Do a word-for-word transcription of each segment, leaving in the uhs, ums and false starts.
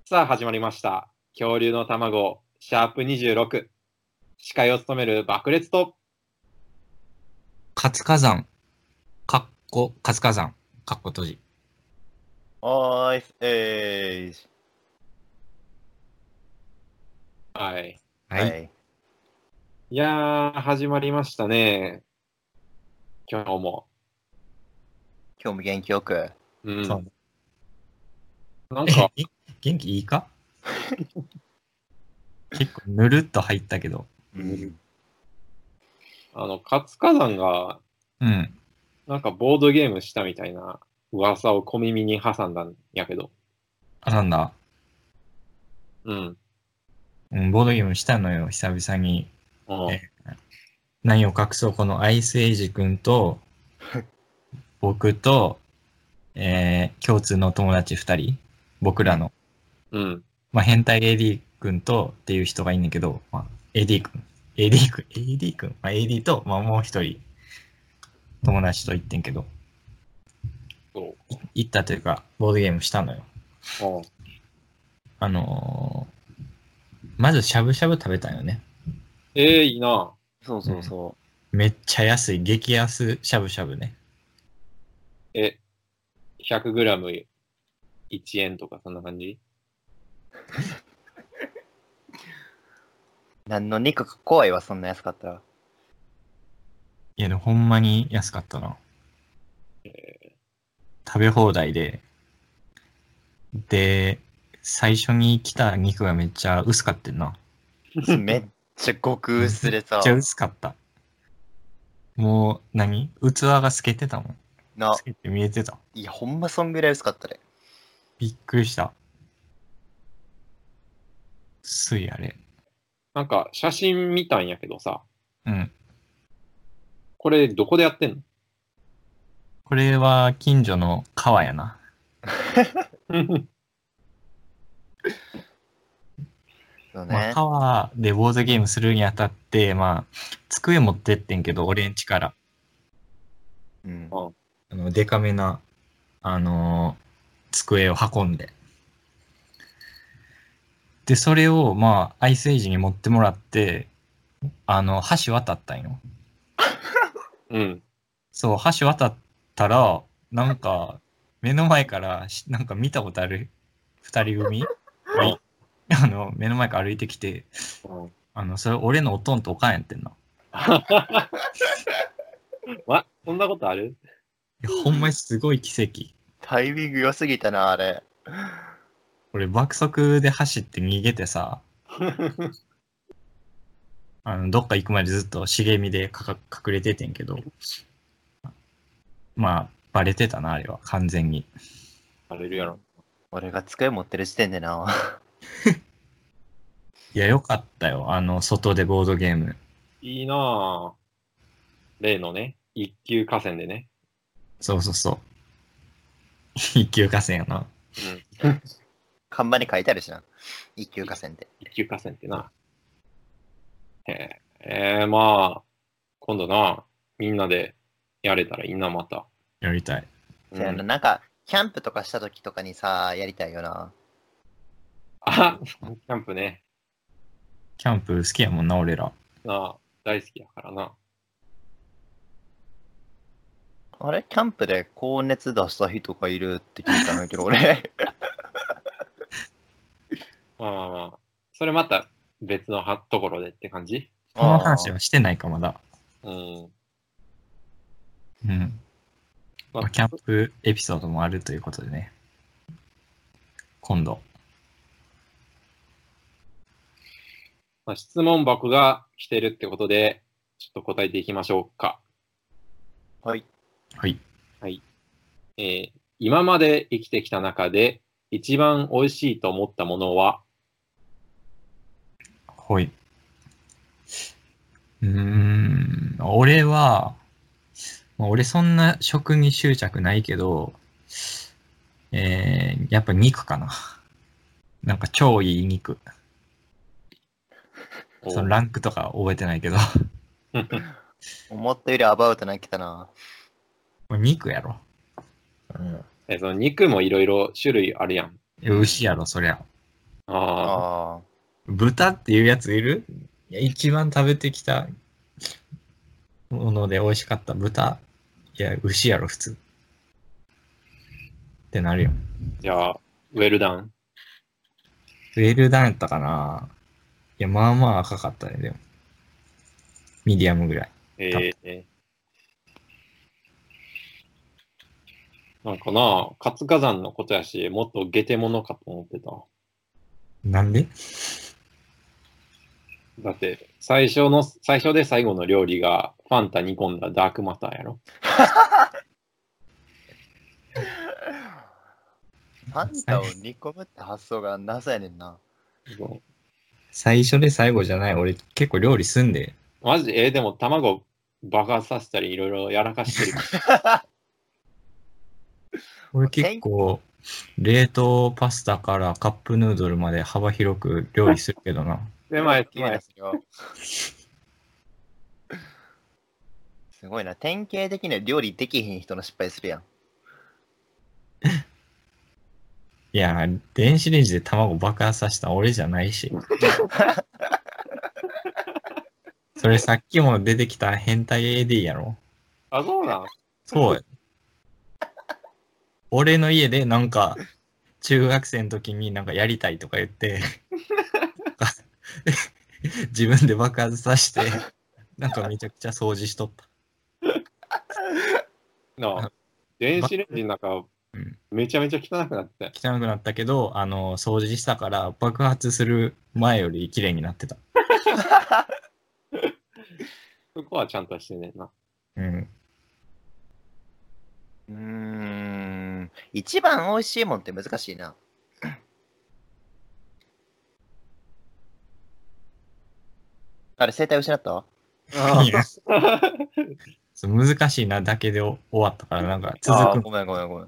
さあ始まりました。恐竜の卵、シャープにじゅうろく。司会を務める爆裂と、 活火山、かっこ、活火山、かっこ閉じ。 はーい、えはい。 ー、 はい。 はい。 いやー、始まりましたね。今日も。 今日も元気よく。 う。 そうんなんえ、 か、 げ元気いいか結構ぬるっと入ったけど。 うんあの、活火山が、 うん。 なんかボードゲームしたみたいな噂を小耳に挟んだんやけど。 あ、なんだ。 うん。 うん、ボードゲームしたのよ、久々に。 うん。 え、何を隠そう、このアイスエイジ君と、僕と、えー、共通の友達二人。僕らの。 うん。 まあ、変態 エーディー 君とっていう人がいいんだけど、まあ、エーディー 君。エーディー 君、エーディー 君、まあ、エーディー と、まあ、もう一人、友達と言ってんけど、 そい行ったというか、ボードゲームしたのよ。 う。うん。 あのーまずしゃぶしゃぶ食べたんよね。 えー、いいな。 そうそうそめっちゃ安い、激安しゃぶしゃぶね。 え、ひゃくグラムいちえんとかそんな感じ？ う。何の肉か怖いわ、そんな安かったら。 いや、でもほんまに安かったな。 え食べ放題で。で、最初に来た肉がめっちゃ薄かってんな。 めっちゃ極薄でめっちゃさ。 薄かった。もう何、器が透けてたもん。 な透、けて見えてた。 いや、ほんまそんぐらい薄かったで。 びっくりした。すいあれ。 なんか写真見たんやけどさ、 うん。 これどこでやってんこれは近所の川やな。 の？ まあ、 そうね。 川でボードゲームするにあたって、まあ、机持ってってんけど、俺ん家から。 うん。 ああの、デカめな、あのー机を運んで。で、それを、まあ、アイスエイジに持ってもらって、あの、橋渡ったんよ。 うん。 そう、橋渡ったら、なんか、目の前からし、なんか見たことある二人組があい、あの、目の前から歩いてきて、 うん。 あの、それ俺のおとんとおかんやってんな。 ま、そんなことある？ いや、ほんまにすごい奇跡。 タイミング良すぎたな、あれ。 俺爆速で走って逃げてさ、あの、どっか行くまでずっと茂みでかか隠れててんけど、まあ、バレてたな、あれは、完全に。 あれるやろ。 俺が机持ってる時点でな。 いや、よかったよ。あの、外でボードゲーム。 いいなぁ。例のね、一級河川でね。 そうそうそう。一級河川やな。 うん。 看板に書いてあるしな。一級河川で。 一級河川ってな。へえ、えー、まあ、今度な、みんなでやれたらいいな、また。 やりたい。 うせやな、 ん。 なんか、キャンプとかした時とかにさ、やりたいよな。 あ、キャンプね。 キャンプ好きやもんな、俺ら。 なあ、大好きやからな。 あれキャンプで高熱出した人がいるって聞いたんだけど、俺。 まあまあまあ。それまた別のはところでって感じ？ この話あはしてないか、まだ。 うん。 うん。 まあ、 まあ、キャンプエピソードもあるということでね。今度。 まあ、質問箱が来てるってことで、ちょっと答えていきましょうか。 あ。はい。 はい。 はい。えー今まで生きてきた中で一番美味しいと思ったものは？ ほい。うーん。俺は、まあ、俺そんな食に執着ないけど、えー、やっぱ肉かな。なんか超いい肉。そのランクとか覚えてないけど。 思ったよりアバウトな来たな。 肉やろ。うん。 えその肉もいろいろ種類あるやん。 うん牛やろ、そりゃ。 ああ、 ああ。 豚っていうやついる？いや、一番食べてきたもので美味しかった豚。いや、牛やろ、普通。ってなるよ。 じゃあ、ウェルダン。 ウェルダンやったかな。いや、まあまあ赤かったね、でも。ミディアムぐらい。 えー、なんかな、活火山のことやし、もっとゲテモノかと思ってた。 なんで？ だって、最初の、最初で最後の料理がファンタ煮込んだダークマターやろ。 ファンタを煮込むって発想が謎やねんな。 そう最初で最後じゃない。俺結構料理すんで。 マジで、えーでも卵爆発させたりいろいろやらかしてる。 俺結構、冷凍パスタからカップヌードルまで幅広く料理するけどな。 で、前、 綺麗な前、 それはすごいな。典型的な料理できひん人の失敗するやん。 いや、電子レンジで卵爆発させたん俺じゃないし。それさっきも出てきた変態 エーディー やろ。 あ、そうなん。 そうや。俺の家でなんか、中学生の時になんかやりたいとか言って、自分で爆発させて、なんかめちゃくちゃ掃除しとった。 なあ、電子レンジの中、 うんめちゃめちゃ汚くなってたよ。 汚くなったけど、あの、掃除したから爆発する前より綺麗になってた。 そこはちゃんとしてんねんな。 うん。 うーん。一番美味しいもんって難しいな。あれ、声帯失ったいやそう難しいなだけで終わったから、なんかあー続ごめんごめんごめん。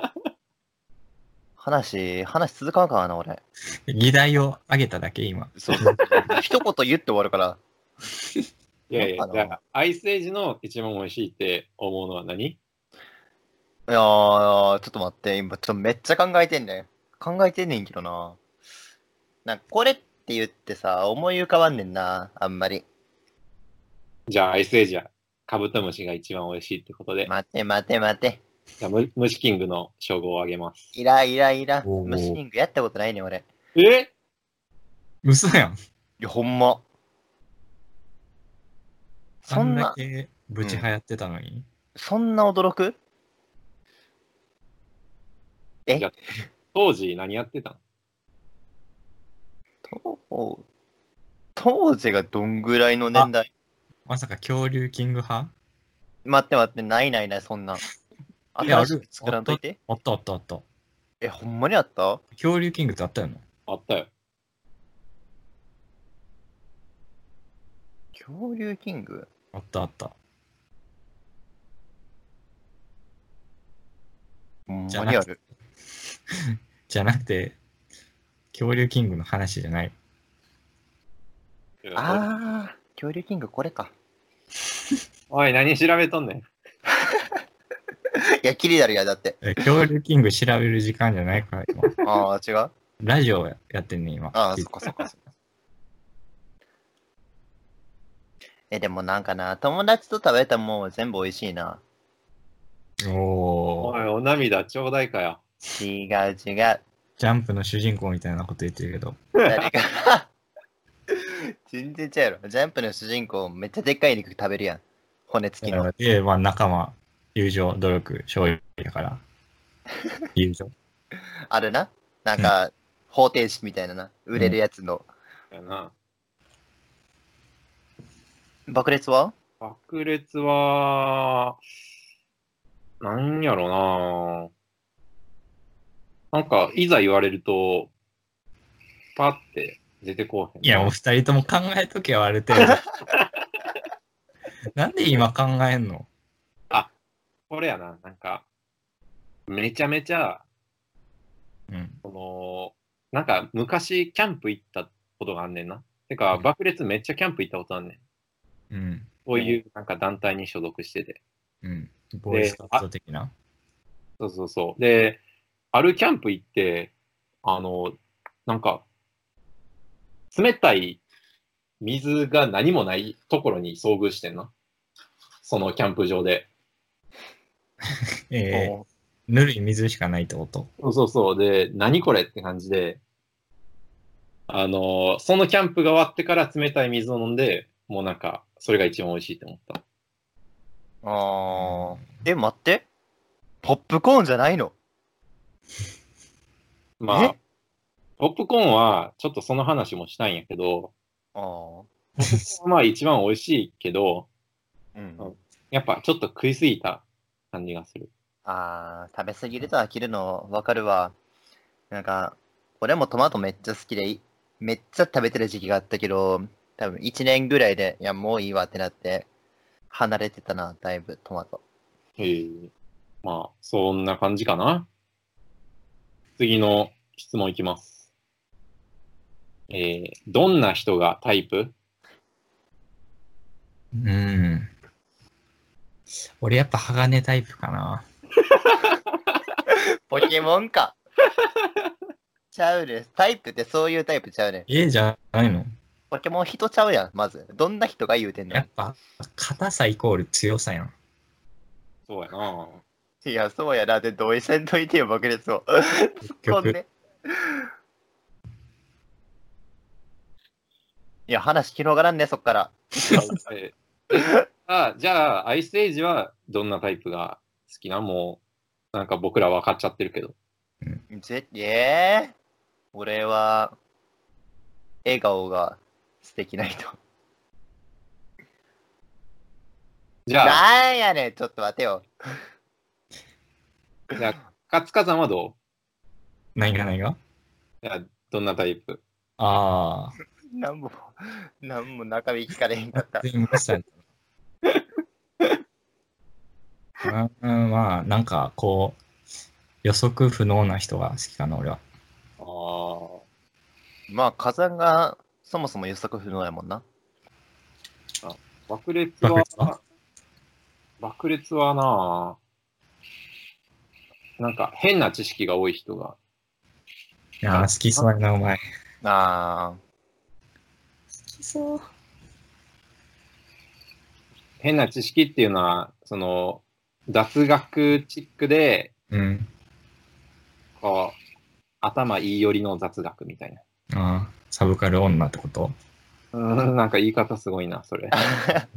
話、話続かんかな、俺。 く。議題を上げただけ、今。 そう。一言言って終わるから。 いやいや、 なんかなじゃあ、アイスエイジの一番美味しいって思うのは何？ いやー、ちょっと待って、今、ちょっとめっちゃ考えてんねん。考えてんねんけどな。なんか、これって言ってさ、思い浮かばんねんな、あんまり。 じゃあ、アイスエイジはカブトムシが一番美味しいってことで、 待て待て待て。 じゃあ、む虫キングの称号をあげます。 いらいらいら。 おームシリングやったことないねん、俺。 え嘘やん。 いや、ほんま。そあんだんな、 けブチ流行ってたのに。 そんな驚くえいや当時何やってたの？ 当当時がどんぐらいの年代？ まさか恐竜キング派？ 待って待って、ないないない、そんなん。 いや、ある新しく。作らんといて。 あったあったあったあった。 え、ほんまにあった？ 恐竜キングってあったよな。 あったよ。 恐竜キングあったあった。 ほんじゃなくてまにある。 じゃなくて、恐竜キングの話じゃない。 あー、恐竜キングこれか。 おい、何調べとんねん。 いや、キリだるや、だって。 え恐竜キング調べる時間じゃないから、今。 あー、違うラジオやってんねん、今。 あー、そっかそっかそっか。え、でもなんかな、友達と食べたもん全部美味しいな。 おー。 おい、お涙ちょうだいかよ。 違う違う。 ジャンプの主人公みたいなこと言ってるけど。 誰か全然違うやろ。ジャンプの主人公めっちゃでっかい肉食べるやん。骨付きの。 で、まあ仲間、友情、努力、勝利だから。友情。 あるな。なんか、方程式みたいなな。売れるやつの。 やな。 爆裂は爆裂は、なんやろな。なんか、いざ言われると、パって出てこうへんな。 いや、もう二人とも考えとけよ、ある程度。なんで今考えんの？ これやな、なんか、めちゃめちゃ、 うん。 その、なんか昔キャンプ行ったことがあんねんな。てか、 うん爆裂めっちゃキャンプ行ったことあんねん。 うん。 こういうなんか団体に所属してて。 うん。ボーイスカウト的な。 そうそうそう。で、あるキャンプ行って、あの、なんか、 冷たい水が何もないところに遭遇してんな。そのキャンプ場で。 えー、ぬるい水しかないってこと？ そうそうそう。で、何これって感じで、あのーそのキャンプが終わってから冷たい水を飲んで、もうなんか、それが一番美味しいって思った。 あー。え、待って。ポップコーンじゃないの？ まあえ、 ポップコーンは、ちょっとその話もしたいんやけど、 あー。 ポップコーンはまあ一番美味しいけど、 うん。 やっぱちょっと食いすぎた感じがする。 あー、食べ過ぎると飽きるのわかるわ。なんか、俺もトマトめっちゃ好きで、いめっちゃ食べてる時期があったけど、多分いちねんぐらいで、いや、もういいわってなって、離れてたな、だいぶ、トマト。 へえ。まあ、そんな感じかな。次の質問いきます。えー、どんな人がタイプ？ うん。俺やっぱ鋼タイプかな。 ポケモンか。ちゃうです。タイプってそういうタイプちゃうねん。 ええじゃないの？ ポケモン人ちゃうやん、まず。どんな人が言うてんの？ やっぱ、硬さイコール強さやん。 そうやな。 いや、そうやな。で、同意せんといてよ、爆裂を。突っ込んで。いや、話広がらんね、そっから。 えーあじゃあ、アイスエイジはどんなタイプが好きな？もう、なんか僕ら分かっちゃってるけど。 ぜ、えー、俺は、笑顔が素敵な人。 じゃあ、 なんやねん、ちょっと待てよ。 じゃあ、勝火山はど何が何が？ う？じゃあ、どんなタイプ？ ああ。 なんも、なんも中身聞かれへんかった。 全然無視された。うん、まあ、なんか、こう、予測不能な人が好きかな、俺は。 ああ、 まあ、火山がそもそも予測不能やもんな。 爆裂は、 爆裂は爆裂はな、なんか変な知識が多い人が。 いやー、好きそうやな、お前。好あきそう。 変な知識っていうのは、その、雑学チックで、 うん。 こう、頭いいよりの雑学みたいな。 ああ、サブカル女ってこと？ うーん、なんか言い方すごいな、それ。 あ。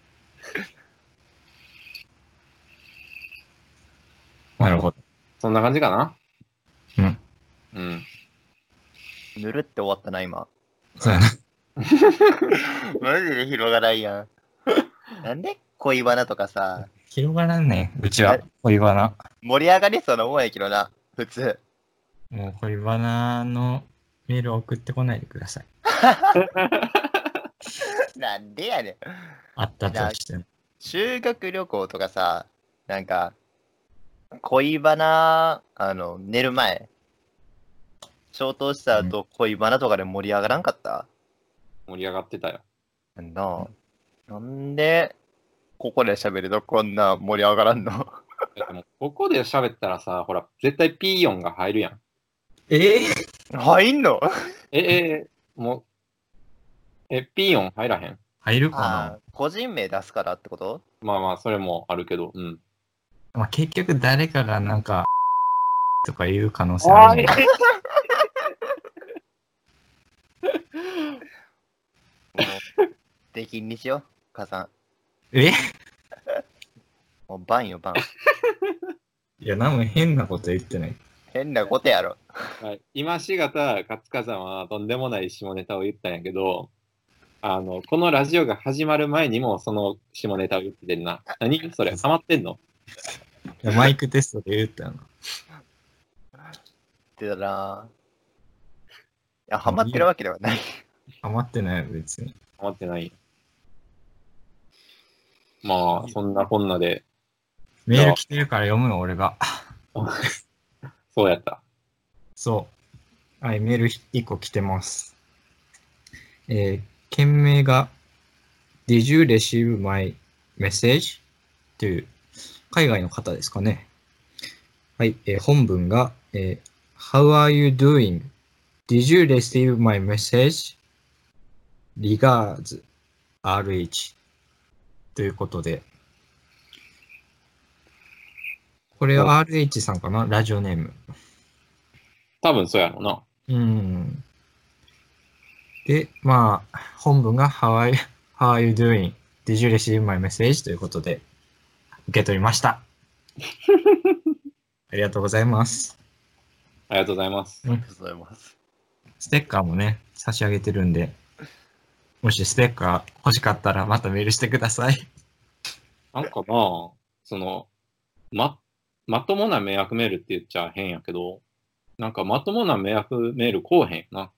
なるほど。 そんな感じかな？ うん。 うん。 ぬるって終わったな、今。 そうやな。 マジで広がらんやん。なんで恋バナとかさ、 広がらんねん、うちは。恋バナ。 盛り上がりそうなもんやけどな、普通。 もう恋バナのメール送ってこないでください。 なんでやねん。 あったとしても。 修学旅行とかさ、なんか、恋バナ、あの、寝る前、消灯した後、恋バナとかで盛り上がらんかった？ 盛り上がってたよ。 なんだ、なんで、ここで喋るとこんな盛り上がらんの？ でもここで喋ったらさ、ほら、絶対ピー音が入るやん。 ええ入んの？ え、え、もう、え、ピー音入らへん？ 入るかあー、個人名出すからってこと？ まあまあ、それもあるけど、うん。 な？まあ、結局誰かがなんか、とか言う可能性あるね。 もう、出禁にしよう、母さん。 えもうバンよ、バン。 いや、なんも変なこと言ってない。 変なことやろ。 はい、今しがた勝火山はとんでもない下ネタを言ったんやけど、あの、このラジオが始まる前にもその下ネタを言ってんな。何それ、ハマってんの？ いやマイクテストで言ったよな。 ってたな。いや、ハマってるわけではない。 ハマってないよ、別に。 ハマってない。まあ、そんなこんなで、 メール来てるから読むの、俺が。 そうやった。 そう。はい、メールいっこ来てます。えー、件名が Did you receive my message? という海外の方ですかね。はい、えー本文が、えー How are you doing? Did you receive my message? Regards アールエイチ ということで、これは アールエイチ さんかなラジオネーム。 多分そうやろうな。 うん。で、まあ、本文が How are you, how are you doing? Did you receive my message? ということで、受け取りました。ありがとうございます。 ありがとうございます。 ありがとうございます。 ステッカーもね、差し上げてるんで、もしステッカー欲しかったらまたメールしてください。 なんかな、その、ま、まともな迷惑メールって言っちゃ変やけど、なんかまともな迷惑メールこうへんよな。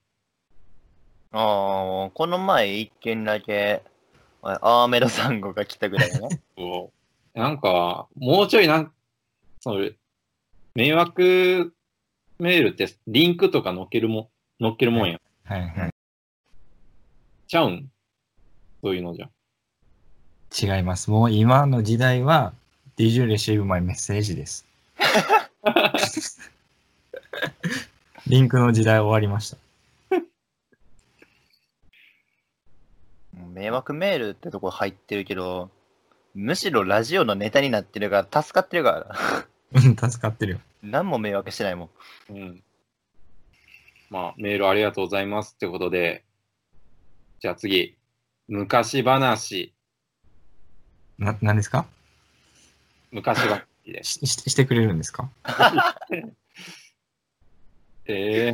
ああ、この前一件だけ、アーメドサンゴが来たぐらいね。 そうなんか、もうちょいなんそれ、迷惑メールってリンクとか載っけるもん、載っけるもんや。 はいはい。 ちゃうんそういうのじゃ。 違います。もう今の時代は、Did you receive my message? です。リンクの時代終わりました。 迷惑メールってとこ入ってるけど、むしろラジオのネタになってるから助かってるからうん、助かってるよ。 何も迷惑してないもん。 うん。まあ、メールありがとうございますってことで、じゃあ次、昔話。 な、何ですか昔話で。 し、ししてくれるんですかええ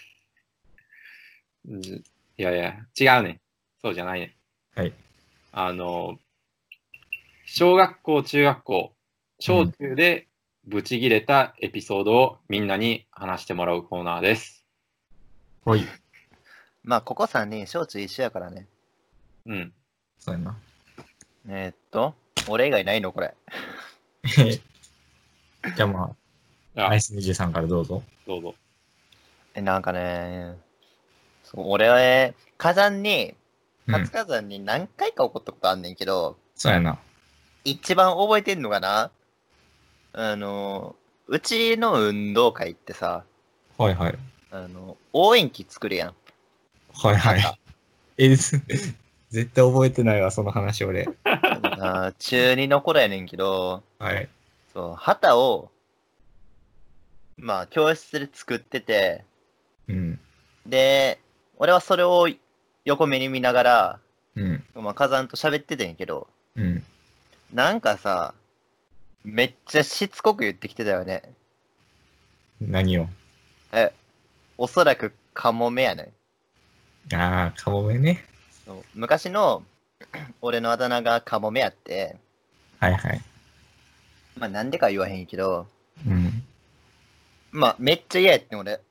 ー。いやいや、違うね。そうじゃないね。 はい。 あの、小学校、中学校、小中でブチギレたエピソードをみんなに話してもらうコーナーです。 ほい。 まあ、ここさんにん小中一緒やからね。 うん。 そうやな。 えー、っと、俺以外ないのこれ。 じゃあまあ、 あアイスにじゅうさんからどうぞ。 どうぞ。 え、なんかね、そう俺は、火山に、 うん活火山に何回か起こったことあんねんけど、 そうやな。 一番覚えてんのがな、あの、うちの運動会ってさ、 はいはい。 あの、応援旗作るやん。 はいは旗い。え、です絶対覚えてないわ、その話俺。 あー中にの頃やねんけど、 はい。 そう、旗を、まあ、教室で作ってて、 うん。 で、俺はそれを横目に見ながら、 うん。 まあ、火山と喋っててんけど、 うん。 なんかさ、めっちゃしつこく言ってきてたよね。 何をえ、おそらくカモメやねん。 ああ、カモメね。 そう昔の俺のあだ名がカモメやって、 はいはい。 まあなんでか言わへんけど、 うん。 まあめっちゃ嫌やってん俺。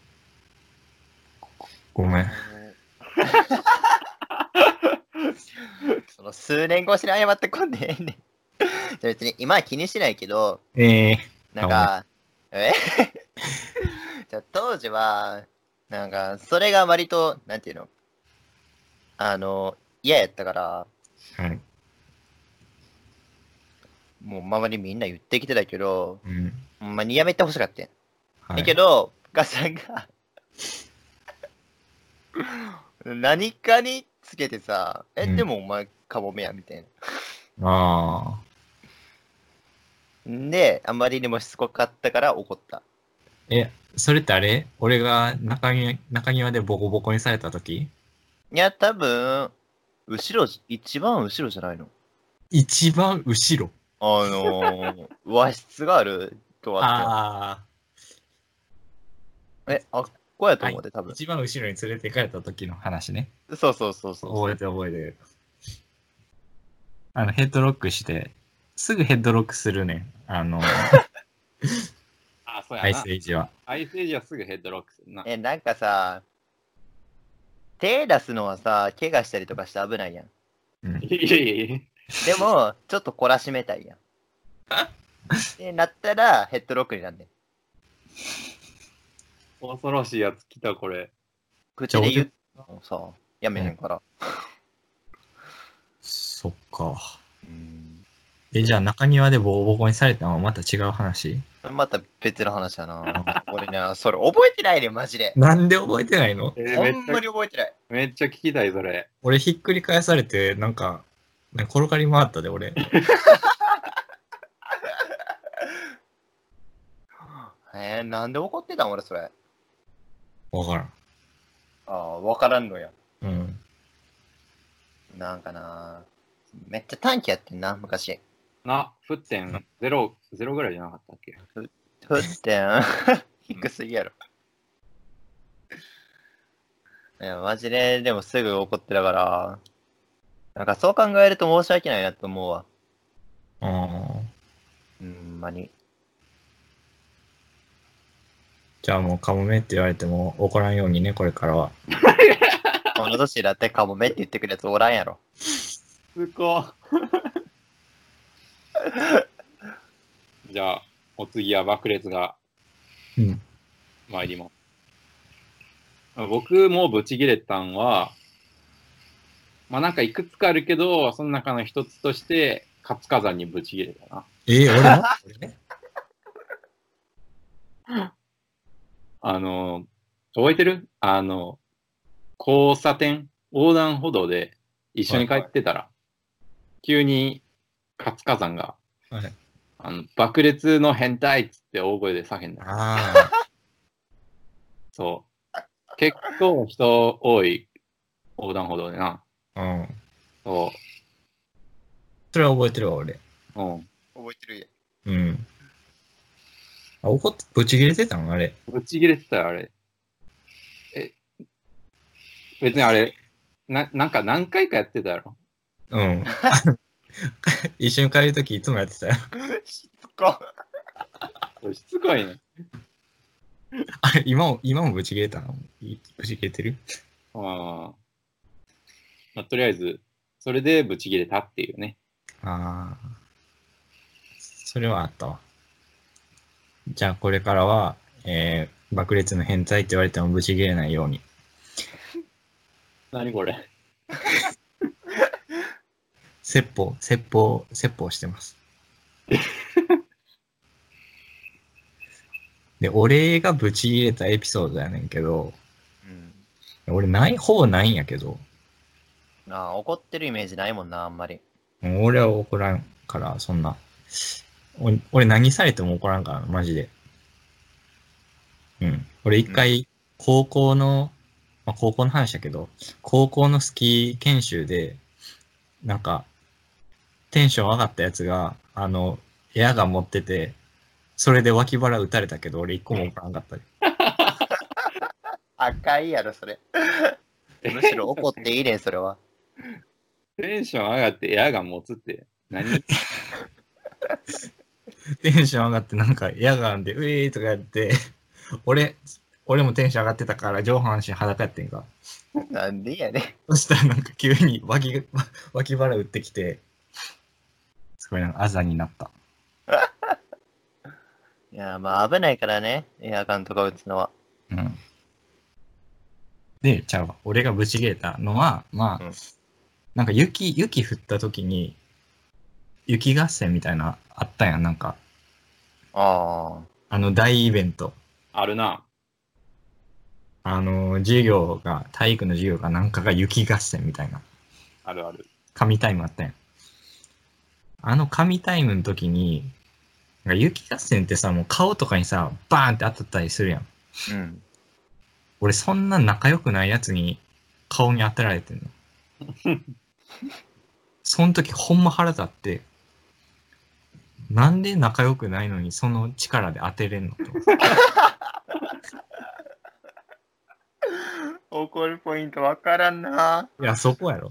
ごめん。 その数年越しに謝ってこんでええねん。別に今は気にしないけど、 ええなんか、えじゃあ当時は、なんか、それが割と、なんていうのあの、嫌やったから、 はい。 もう周りみんな言ってきてたけど、 うん。 ほんまにやめてほしかったん。 はい。 だけど、ガさんが何かにつけてさ、え、 うんでもお前カモメやみたいな。 ああ。 んで、あまりにもしつこかったから怒った。 え、それってあれ俺が中庭、中庭でボコボコにされた時いや、多分、後ろじ、一番後ろじゃないの。 一番後ろ。 あのー、和室があるとはああ。 え、あっこやとはい思うで、多分。 一番後ろに連れてかれた時の話ね。 そうそうそうそう。 覚えてる覚えてる。あの、ヘッドロックして、すぐヘッドロックするね。あの、 あ、そうやな。 アイスエイジは。 アイスエイジはすぐヘッドロックするな。 え、なんかさ、手出すのはさ、怪我したりとかして危ないやん。 うん。 いやいやいや。 でも、ちょっと懲らしめたいやん。で、なったら、ヘッドロックになんねん。 恐ろしいやつ来た、これ。 口で言うのさ、やめへんから。 そっか。 うん。 え、じゃあ中庭でボコボコにされたのはまた違う話また別の話だな。俺な、それ覚えてないねん、マジで。 なんで覚えてないのえー、 ほめっちゃんまに覚えてない。 めっちゃ聞きたい、それ。 俺ひっくり返されて、なんか、ね転がり回ったで、俺。 えー、なんで怒ってたん俺それ。 わからん。 ああ、わからんのや。 うん。 なんかな、めっちゃ短期やってんな、昔。 な、沸点ゼロ、ゼロぐらいじゃなかったっけ？ ふってん。低すぎやろ。いや、マジで、でもすぐ怒ってたから、なんかそう考えると申し訳ないなと思うわ。 ああ。 ほんまに。 じゃあもうカモメって言われても怒らんようにね、これからは。 この年だってカモメって言ってくるやつおらんやろ。 すこ。じゃあ、お次は爆裂がうん。 参ります。僕もブチギレたんは、まあなんかいくつかあるけど、その中の一つとして、活火山にブチギレたな。 ええ俺もあの、覚えてる？あの、交差点、横断歩道で一緒に帰ってたら、急に活火山が、 はい。 あの爆裂の変態っつって大声で叫んだ。 あそう。結構人多い横断歩道でな。 あ。うん。 そそれは覚えてるわ、俺。 う。うん。 覚えてるうん。あ、怒って、ぶち切れてたんあれ。 ぶち切れてたよ、あれ。え、別にあれ、な、なんか何回かやってたやろ。 うん。一緒に帰るときいつもやってたよ。 しつこ。 しつこいね。 あれ、今も、今もぶち切れたのいぶち切れてるあーまあ、とりあえず、それでブチ切れたっていうね。 ああ。それはあったわ。じゃあこれからは、えー、爆裂の変態って言われてもぶち切れないように。 何これ。 説法、説法、説法してます。で、俺がブチ切れたエピソードやねんけど、 うん。 俺ない、ほぼないんやけど、 なあ、怒ってるイメージないもんな、あんまり。 もう俺は怒らんから、そんな。俺俺何されても怒らんから、マジで。うん。俺一回、高校の、まあ、高校の話だけど、高校のスキー研修で、なんか、テンション上がったやつが、あの、エアガン持ってて、それで脇腹撃たれたけど、俺一個も怒らんかったで。 赤いやろ、それ。むしろ怒っていいねん、それは。 テンション上がってエアガン持つって何？ テンション上がってなんかエアガンでウェーとかやって、俺、俺もテンション上がってたから上半身裸やってんか。 なんでやねん。 そしたらなんか急に脇が、脇腹打ってきて、すごいなんかあざになった。 いや、まあ危ないからね、エアガンとか撃つのは。 うん。で、ちゃうわ。俺がブチ切れたのは、まあ、 うんなんか雪、雪降った時に、雪合戦みたいなあったやん、なんか。 ああの大イベント。 あるな。 あの、授業が、体育の授業がなんかが雪合戦みたいな。 あるある。 神タイムあったやん。あの神タイムの時に、なんか雪合戦ってさ、もう顔とかにさ、バーンって当たったりするやん。 あ、うん。 俺そんな仲良くないやつに顔に当てられてんの。その時ほんま腹立って、なんで仲良くないのにその力で当てれんのと思って。 怒るポイントわからんな。 いや、そこやろ。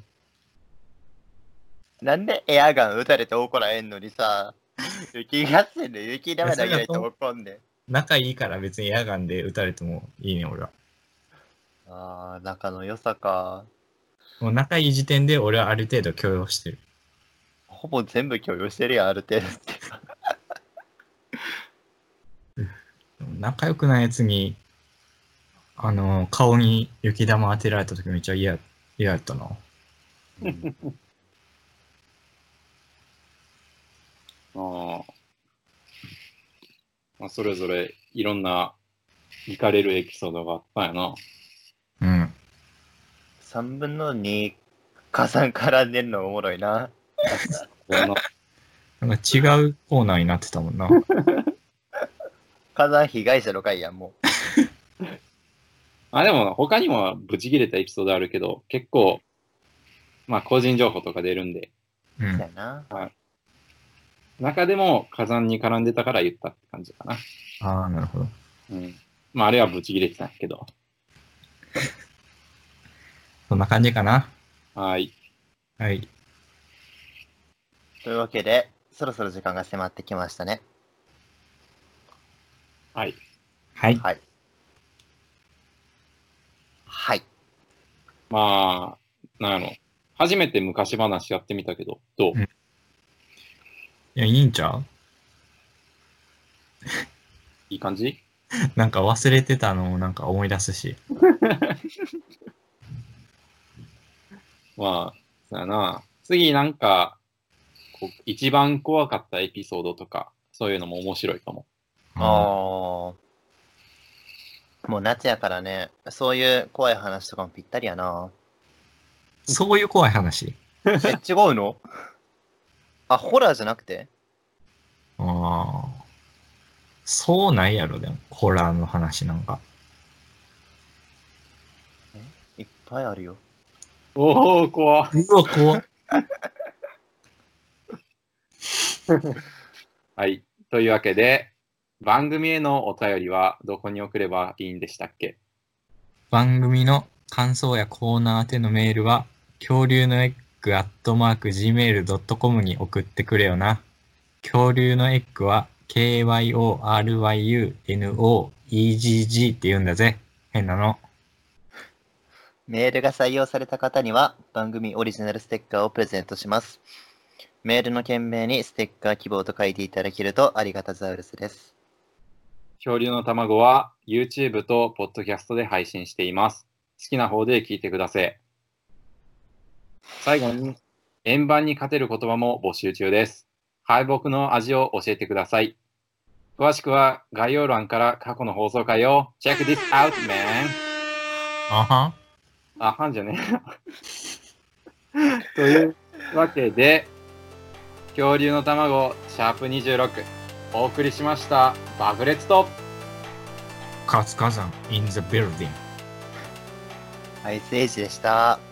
なんでエアガン撃たれて怒らへんのにさ、雪合戦で雪玉投げられて怒んねん。 仲いいから別にエアガンで撃たれてもいいね、俺は。 ああ、仲の良さか。 もう仲いい時点で俺はある程度許容してる。 ほぼ全部共有してるやん、ある程度って。 仲良くないやつに、あの、顔に雪玉当てられた時めっちゃ嫌、嫌やったな。 うんあーまあ、それぞれいろんな行かれるエピソードがあったんやな。 うん。 さんぶんのに火山絡んでんのおもろいな。 なんか違うコーナーになってたもんな。 火山被害者の回やん、もう。 あ、でも他にもブチ切れたエピソードあるけど、結構、まあ個人情報とか出るんで、 うんそうやな。 中でも火山に絡んでたから言ったって感じかな。 ああ、なるほど。 うん。まああれはブチ切れてたんやけど。 そんな感じかな。 はい。 はい。 というわけで、そろそろ時間が迫ってきましたね。 はい。 はい。 はい。はい。 まあ、なんやろ。初めて昔話やってみたけど、どう、 うんいや、いいんちゃういい感じ？ なんか忘れてたのをなんか思い出すし。 まあ、そうやな。次なんか、こう一番怖かったエピソードとか、そういうのも面白いかも。 あー。もう夏やからね、そういう怖い話とかもぴったりやな。 そういう怖い話。 え、違うの？あ、ホラーじゃなくて？ ああ。そうないやろ、でも。ホラーの話なんか。 いっぱいあるよ。 おー、怖っ。 うわ、怖っ。 はい。というわけで、番組へのお便りはどこに送ればいいんでしたっけ？ 番組の感想やコーナー宛てのメールは、恐竜のエッグアットマーク ジーメールドットコム に送ってくれよな。恐竜のエッグは ケーワイオーアールワイユーエヌオーイージージー って言うんだぜ。変なの。 メールが採用された方には番組オリジナルステッカーをプレゼントします。メールの件名にステッカー希望と書いていただけるとありがたザウルスです。 恐竜の卵は YouTube と Podcast で配信しています。好きな方で聞いてください。最後に、円盤に勝てる言葉も募集中です。敗北の味を教えてください。詳しくは概要欄から過去の放送回を Check this out, man! あはん。 あはんじゃねえ。というわけで、恐竜の卵、シャープにじゅうろく、お送りしました。爆裂と、 活火山 in the building。 アイスエイジでした。